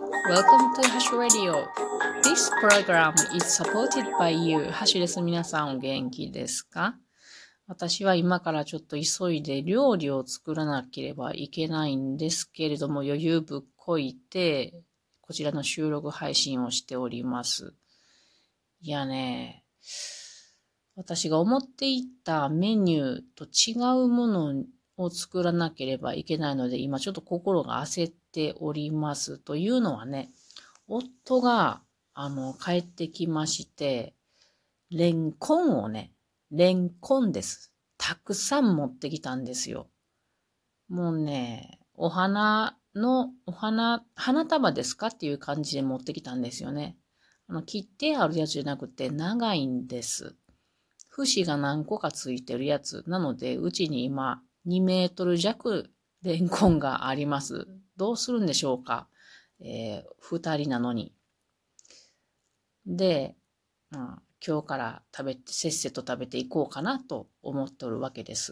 Welcome to Hash Radio. This program is supported by you. ハッシュです。皆さんお元気ですか？私は今からちょっと急いで料理を作らなければいけないんですけれども、余裕ぶっこいて、こちらの収録配信をしております。いやね、私が思っていたメニューと違うものを作らなければいけないので、今ちょっと心が焦っております。というのはね、夫が帰ってきまして、レンコンです。たくさん持ってきたんですよ。もうね、花束ですかっていう感じで持ってきたんですよね。切ってあるやつじゃなくて長いんです。節が何個かついてるやつ。なので、うちに今2メートル弱レンコンがあります。どうするんでしょうか。2人なのに。で、今日からせっせと食べていこうかなと思っておるわけです。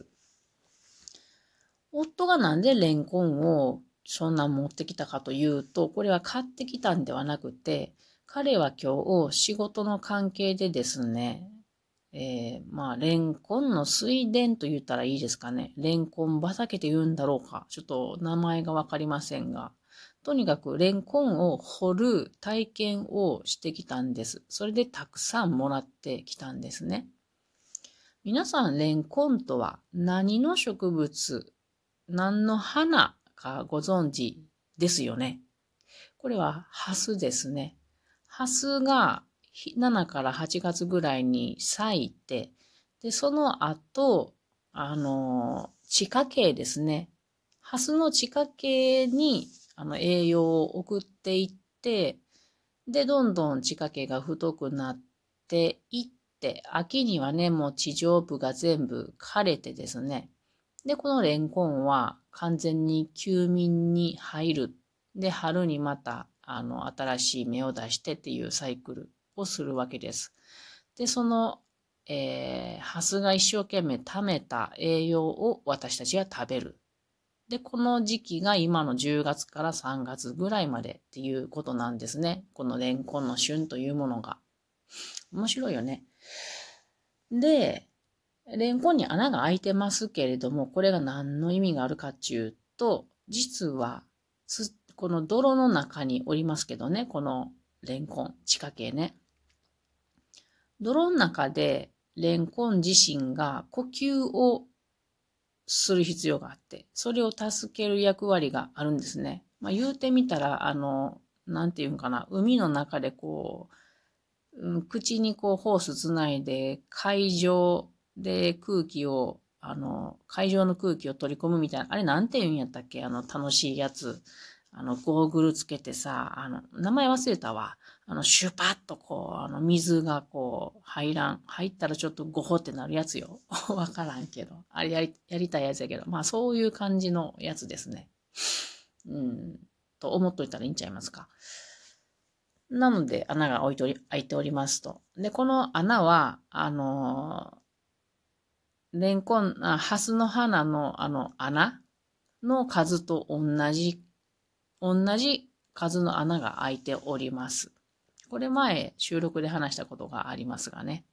夫がなんでレンコンをそんな持ってきたかというと、これは買ってきたんではなくて、彼は今日仕事の関係でですね、レンコンの水田と言ったらいいですかね。レンコン畑と言うんだろうか。ちょっと名前がわかりませんが。とにかくレンコンを掘る体験をしてきたんです。それでたくさんもらってきたんですね。皆さん、レンコンとは何の植物、何の花かご存知ですよね。これはハスですね。ハスが7から8月ぐらいに咲いて、で、その後、地下茎ですね。ハスの地下茎に栄養を送っていって、で、どんどん地下茎が太くなっていって、秋にはね、もう地上部が全部枯れてですね。で、このレンコンは完全に休眠に入る。で、春にまた、新しい芽を出してっていうサイクルをするわけです。で、その、ハスが一生懸命貯めた栄養を私たちは食べる。で、この時期が今の10月から3月ぐらいまでっていうことなんですね。このレンコンの旬というものが。面白いよね。で、レンコンに穴が開いてますけれども、これが何の意味があるかっていうと、実は、この泥の中におりますけどね、このレンコン、地下茎ね。泥の中でレンコン自身が呼吸をする必要があって、それを助ける役割があるんですね。言うてみたら、なんていうんかな、海の中で口にホースつないで、海上の空気を取り込むみたいな、あれなんて言うんやったっけ？楽しいやつ。ゴーグルつけてさ、名前忘れたわ。シュパッと水が入ったらちょっとゴホってなるやつよ。わからんけど。あれやりたいやつやけど。そういう感じのやつですね。と思っといたらいいんちゃいますか。なので、穴が開いておりますと。で、この穴は、ハスの花の穴の数と同じ数の穴が開いております。これ前収録で話したことがありますがね。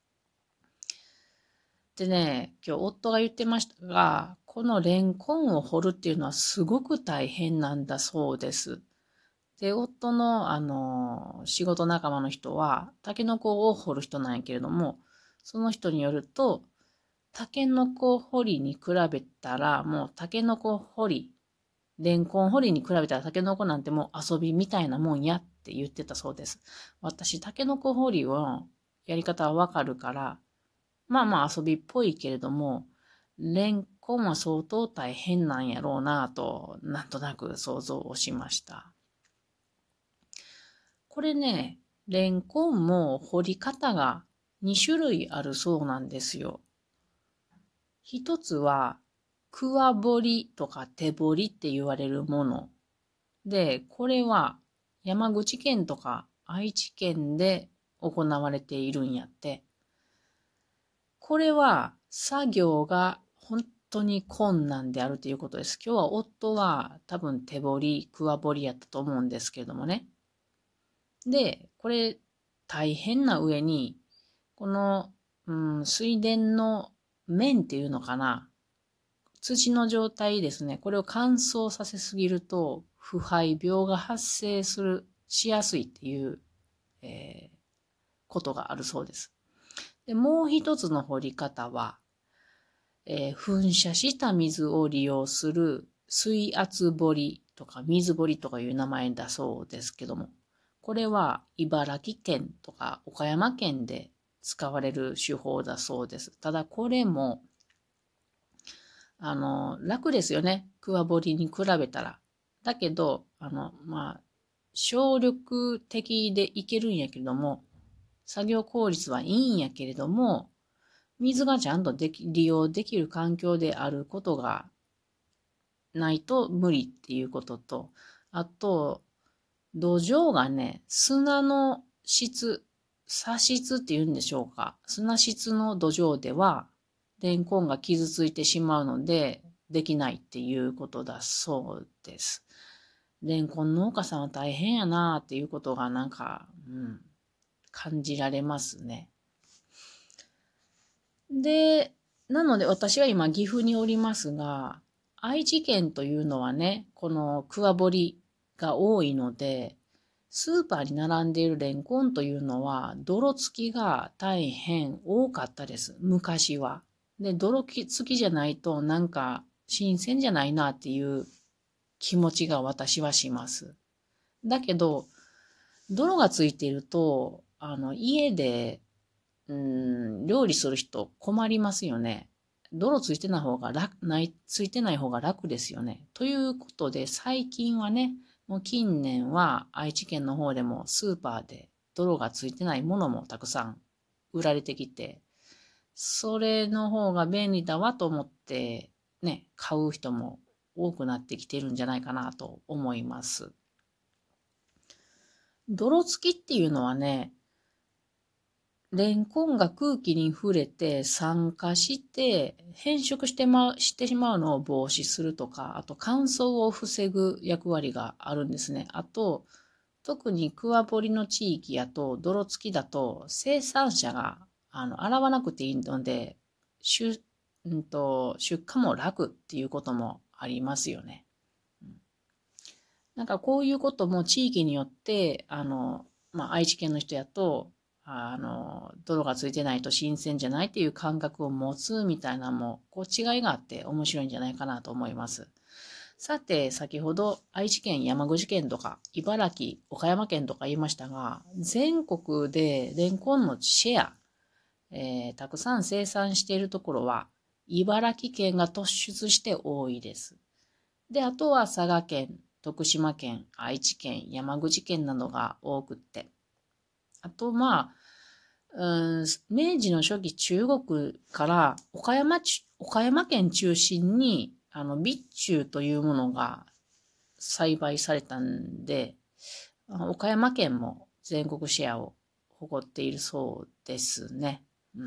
でね、今日夫が言ってましたが、このレンコンを掘るっていうのはすごく大変なんだそうです。で、夫の仕事仲間の人は、タケノコを掘る人なんやけれども、その人によると、タケノコ掘りに比べたら、もうタケノコ掘り、レンコン掘りに比べたらタケノコなんてもう遊びみたいなもんやって言ってたそうです。私、タケノコ掘りのやり方はわかるから、遊びっぽいけれども、レンコンは相当大変なんやろうなぁと、なんとなく想像をしました。これね、レンコンも掘り方が2種類あるそうなんですよ。一つは、クワ掘りとか手掘りって言われるもの。で、これは山口県とか愛知県で行われているんやって。これは作業が本当に困難であるということです。今日は夫は多分手掘り、桑掘りやったと思うんですけれどもね。で、これ大変な上に、この、水田の面っていうのかな。土の状態ですね。これを乾燥させすぎると、腐敗病が発生しやすいっていう、ことがあるそうです。で、もう一つの掘り方は、噴射した水を利用する水圧掘りとか水掘りとかいう名前だそうですけども、これは茨城県とか岡山県で使われる手法だそうです。ただこれも、楽ですよね。桑掘りに比べたら。だけど、省力的でいけるんやけれども、作業効率はいいんやけれども、水がちゃんと利用できる環境であることがないと無理っていうことと、あと、土壌がね、砂の質、砂質っていうんでしょうか。砂質の土壌では、レンコンが傷ついてしまうので、できないっていうことだそうです。レンコン農家さんは大変やなっていうことが感じられますね。で、なので私は今岐阜におりますが、愛知県というのはね、この桑掘りが多いので、スーパーに並んでいるレンコンというのは、泥付きが大変多かったです。昔は。で、泥付きじゃないとなんか新鮮じゃないなっていう気持ちが私はします。だけど、泥がついていると、家で料理する人困りますよね。泥ついてない方がついてない方が楽ですよね。ということで、最近はね、もう近年は愛知県の方でもスーパーで泥がついてないものもたくさん売られてきて、それの方が便利だわと思ってね、買う人も多くなってきてるんじゃないかなと思います。泥付きっていうのはね、レンコンが空気に触れて酸化して変色してしまうのを防止するとか、あと乾燥を防ぐ役割があるんですね。あと、特に桑掘りの地域やと泥付きだと生産者が洗わなくていいので、出荷も楽っていうこともありますよね。なんかこういうことも地域によって、愛知県の人やと、泥がついてないと新鮮じゃないっていう感覚を持つみたいなのも、こう違いがあって面白いんじゃないかなと思います。さて、先ほど愛知県、山口県とか、茨城、岡山県とか言いましたが、全国でレンコンのシェア、たくさん生産しているところは、茨城県が突出して多いです。で、あとは佐賀県、徳島県、愛知県、山口県などが多くって。あと、明治の初期中国から岡山県中心に、備中というものが栽培されたんで、岡山県も全国シェアを誇っているそうですね。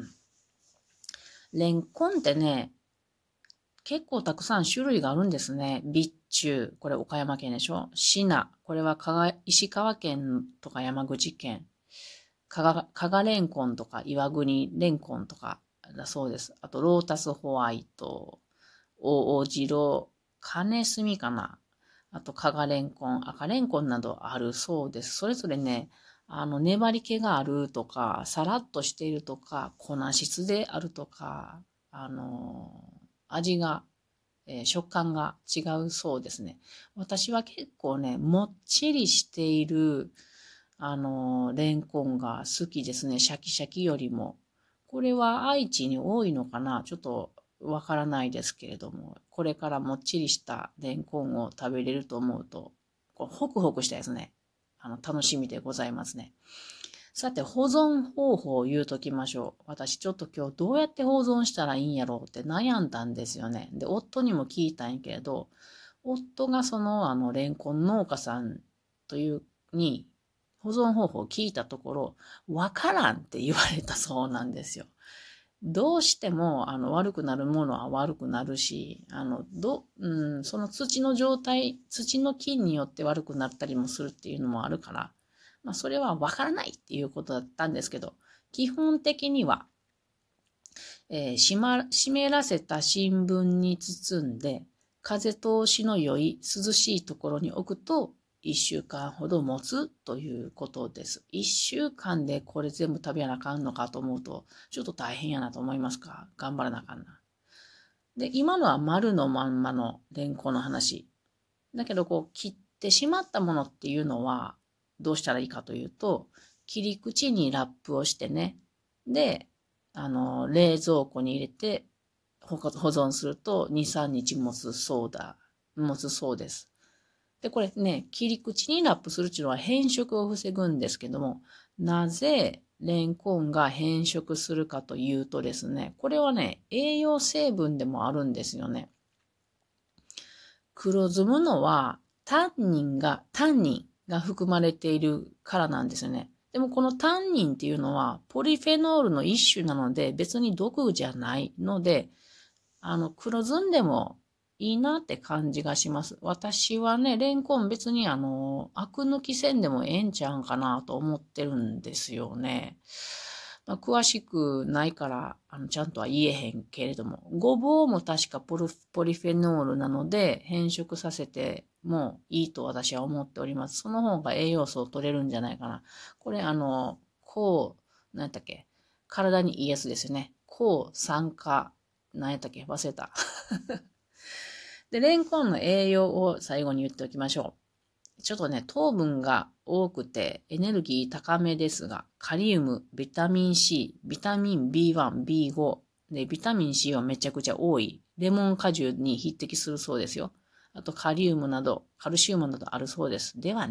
レンコンってね、結構たくさん種類があるんですね。備中、これ岡山県でしょ。シナ、これは石川県とか山口県。加賀レンコンとか岩国レンコンとかだそうです。あと、ロータスホワイト、大白、金炭かな。あと、加賀レンコン、赤レンコンなどあるそうです。それぞれね、粘り気があるとか、さらっとしているとか、粉質であるとか、味が、食感が違うそうですね。私は結構ね、もっちりしている、レンコンが好きですね。シャキシャキよりも。これは愛知に多いのかなちょっとわからないですけれども、これからもっちりしたレンコンを食べれると思うと、ホクホクしたですね。楽しみでございますね。さて、保存方法を言うときましょう。私ちょっと今日どうやって保存したらいいんやろうって悩んだんですよね。で、夫にも聞いたんやけれど、夫がそのレンコン農家さんに保存方法を聞いたところ、わからんって言われたそうなんですよ。 どうしても、悪くなるものは悪くなるし、その土の状態、土の菌によって悪くなったりもするっていうのもあるから、まあ、それはわからないっていうことだったんですけど、基本的には、湿らせた新聞に包んで、風通しの良い涼しいところに置くと、1週間ほど持つということです。1週間でこれ全部食べやなあかんのかと思うと、ちょっと大変やなと思いますか？頑張らなあかんな。で、今のは丸のまんまのレンコンの話。だけど、切ってしまったものっていうのは、どうしたらいいかというと、切り口にラップをしてね。で、冷蔵庫に入れて保存すると2、3日持つそうです。で、これね、切り口にラップするっていうのは変色を防ぐんですけども、なぜレンコンが変色するかというとですね、これはね、栄養成分でもあるんですよね。黒ずむのはタンニンが含まれているからなんですよね。でもこのタンニンっていうのはポリフェノールの一種なので別に毒じゃないので、黒ずんでもいいなって感じがします。私はね、レンコン別にアク抜きせんでもええんちゃうんかなと思ってるんですよね。まあ、詳しくないから、ちゃんとは言えへんけれども、ごぼうも確かポリフェノールなので、変色させてもいいと私は思っております。その方が栄養素を取れるんじゃないかな。これ、なんやったっけ、体にいいやつですよね。抗酸化、なんやったっけ、忘れた。で、レンコンの栄養を最後に言っておきましょう。ちょっとね、糖分が多くてエネルギー高めですが、カリウム、ビタミン C、ビタミン B1、B5、で、ビタミン C はめちゃくちゃ多い。レモン果汁に匹敵するそうですよ。あとカルシウムなどあるそうです。ではね、